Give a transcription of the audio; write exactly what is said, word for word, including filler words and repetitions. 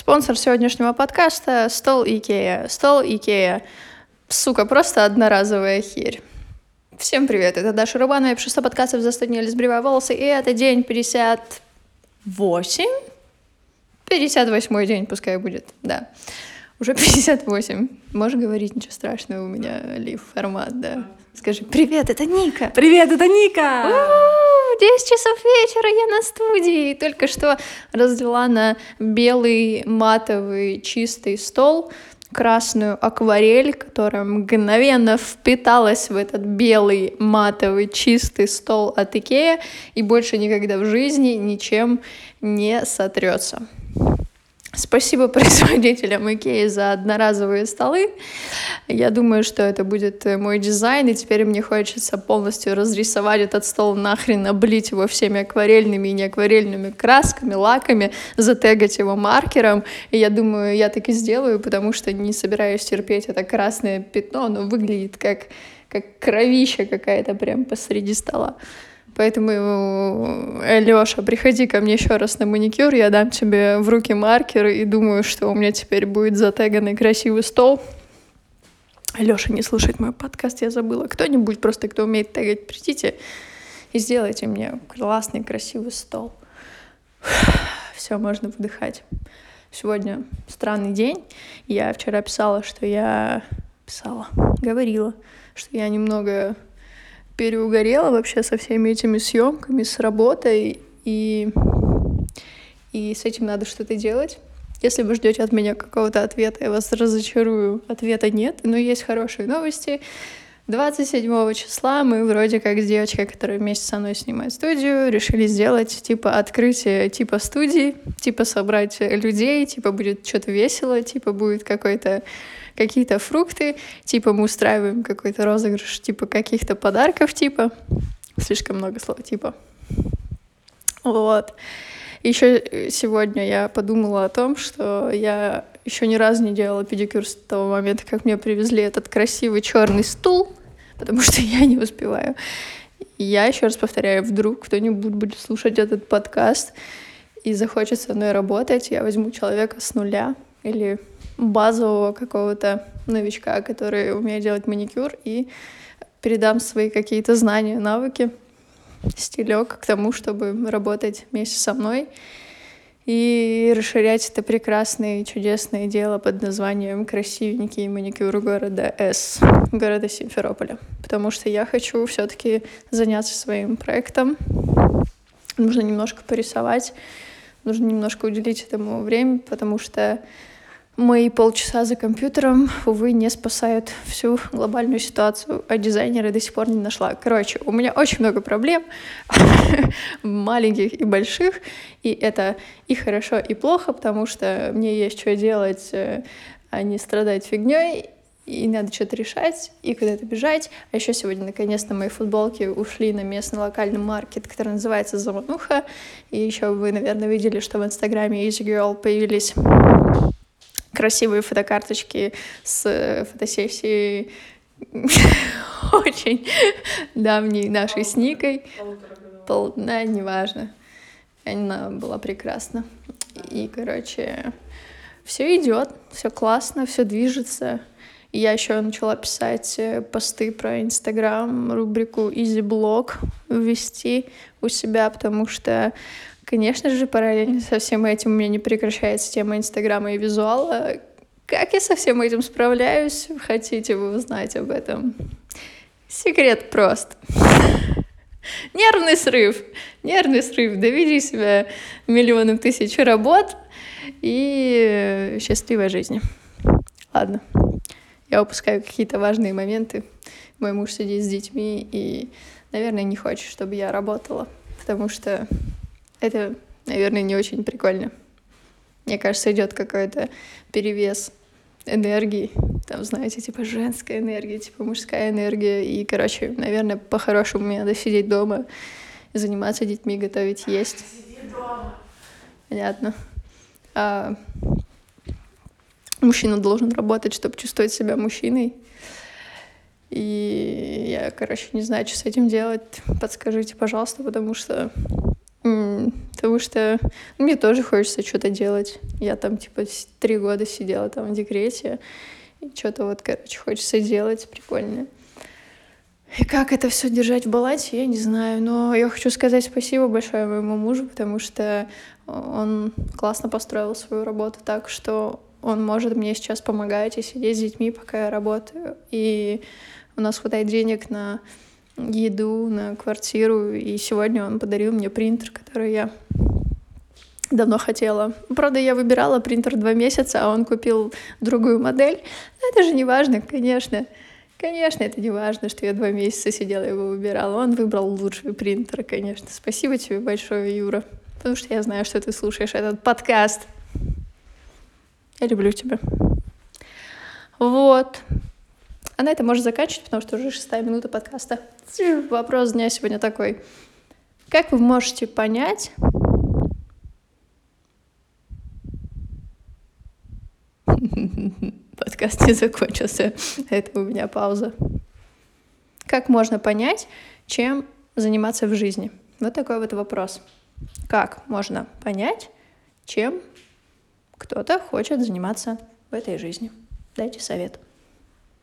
Спонсор сегодняшнего подкаста — стол Икея. Стол Икея. Сука, просто одноразовая херь. Всем привет, это Даша Рубанова, я пишу сто подкастов за сто дней, сбриваю волосы, и это день пятьдесят восемь? пятьдесят восьмой день пускай будет, да. Уже пятьдесят восемь. Можешь говорить, ничего страшного, у меня лив-формат, да. Скажи, привет, это Ника. Привет, это Ника. У-у-у, десять часов вечера, я на студии. Только что разлила на белый матовый чистый стол красную акварель, которая мгновенно впиталась в этот белый матовый чистый стол от Икея и больше никогда в жизни ничем не сотрется. Спасибо производителям Икеи за одноразовые столы. Я думаю, что это будет мой дизайн, и теперь мне хочется полностью разрисовать этот стол нахрен, облить его всеми акварельными и неакварельными красками, лаками, затегать его маркером. И я думаю, я так и сделаю, потому что не собираюсь терпеть это красное пятно, оно выглядит как, как кровища какая-то прям посреди стола. Поэтому, Лёша, приходи ко мне еще раз на маникюр, я дам тебе в руки маркер и думаю, что у меня теперь будет затеганный красивый стол. Лёша не слушает мой подкаст, я забыла. Кто-нибудь просто, кто умеет тегать, придите и сделайте мне классный красивый стол. Все, можно выдыхать. Сегодня странный день. Я вчера писала, что я... Писала, говорила, что я немного... переугорела вообще со всеми этими съемками, с работой, и, и с этим надо что-то делать. Если вы ждете от меня какого-то ответа, я вас разочарую, ответа нет, но есть хорошие новости. двадцать седьмого числа мы вроде как с девочкой, которая вместе со мной снимает студию, решили сделать типа открытие типа студии, типа собрать людей, типа будет что-то весело, типа будет какой-то какие-то фрукты, типа мы устраиваем какой-то розыгрыш, типа каких-то подарков, типа. Слишком много слов, типа. Вот. Еще сегодня я подумала о том, что я еще ни разу не делала педикюр с того момента, как мне привезли этот красивый черный стул, потому что я не успеваю. Я еще раз повторяю, вдруг кто-нибудь будет слушать этот подкаст и захочет со мной работать, я возьму человека с нуля или базового какого-то новичка, который умеет делать маникюр, и передам свои какие-то знания, навыки, стилек к тому, чтобы работать вместе со мной и расширять это прекрасное и чудесное дело под названием «Красивенький маникюр города С», города Симферополя. Потому что я хочу все-таки заняться своим проектом. Нужно немножко порисовать, нужно немножко уделить этому время, потому что мои полчаса за компьютером, увы, не спасают всю глобальную ситуацию, а дизайнера до сих пор не нашла. Короче, у меня очень много проблем, маленьких и больших, и это и хорошо, и плохо, потому что мне есть что делать, а не страдать фигней, и надо что-то решать, и куда-то бежать. А еще сегодня, наконец-то, мои футболки ушли на местный локальный маркет, который называется «Замануха», и еще вы, наверное, видели, что в инстаграме Easy Girl появились красивые фотокарточки с фотосессией очень давней нашей с Никой. Пол... Да, неважно. Она была прекрасна. И, короче, все идет, все классно, все движется. И я еще начала писать посты про Инстаграм, рубрику Easy Blog ввести у себя, потому что, конечно же, параллельно со всем этим у меня не прекращается тема Инстаграма и визуала. Как я со всем этим справляюсь? Хотите вы узнать об этом? Секрет прост. Нервный срыв. Нервный срыв. Доведи себя миллионом тысяч работ и счастливой жизни. Ладно. Я упускаю какие-то важные моменты. Мой муж сидит с детьми и, наверное, не хочет, чтобы я работала, потому что это, наверное, не очень прикольно. Мне кажется, идет какой-то перевес энергии. Там, знаете, типа женская энергия, типа мужская энергия. И, короче, наверное, по-хорошему мне надо сидеть дома, заниматься детьми, готовить, есть. Сиди дома. Понятно. А мужчина должен работать, чтобы чувствовать себя мужчиной. И я, короче, не знаю, что с этим делать. Подскажите, пожалуйста, потому что м- это потому что мне тоже хочется что-то делать. Я там, типа, три года сидела там в декрете, и что-то вот, короче, хочется делать прикольное. И как это все держать в балансе, я не знаю. Но я хочу сказать спасибо большое моему мужу, потому что он классно построил свою работу так, что он может мне сейчас помогать и сидеть с детьми, пока я работаю. И у нас хватает денег на еду, на квартиру. И сегодня он подарил мне принтер, который я давно хотела. Правда, я выбирала принтер два месяца, а он купил другую модель. Но это же не важно, конечно. Конечно, это не важно, что я два месяца сидела и его выбирала. Он выбрал лучший принтер, конечно. Спасибо тебе большое, Юра. Потому что я знаю, что ты слушаешь этот подкаст. Я люблю тебя. Вот. А на этом можно заканчивать, потому что уже шестая минута подкаста. Вопрос дня сегодня такой. Как вы можете понять... Подкаст не закончился. Это у меня пауза. Как можно понять, чем заниматься в жизни? Вот такой вот вопрос. Как можно понять, чем кто-то хочет заниматься в этой жизни? Дайте совет.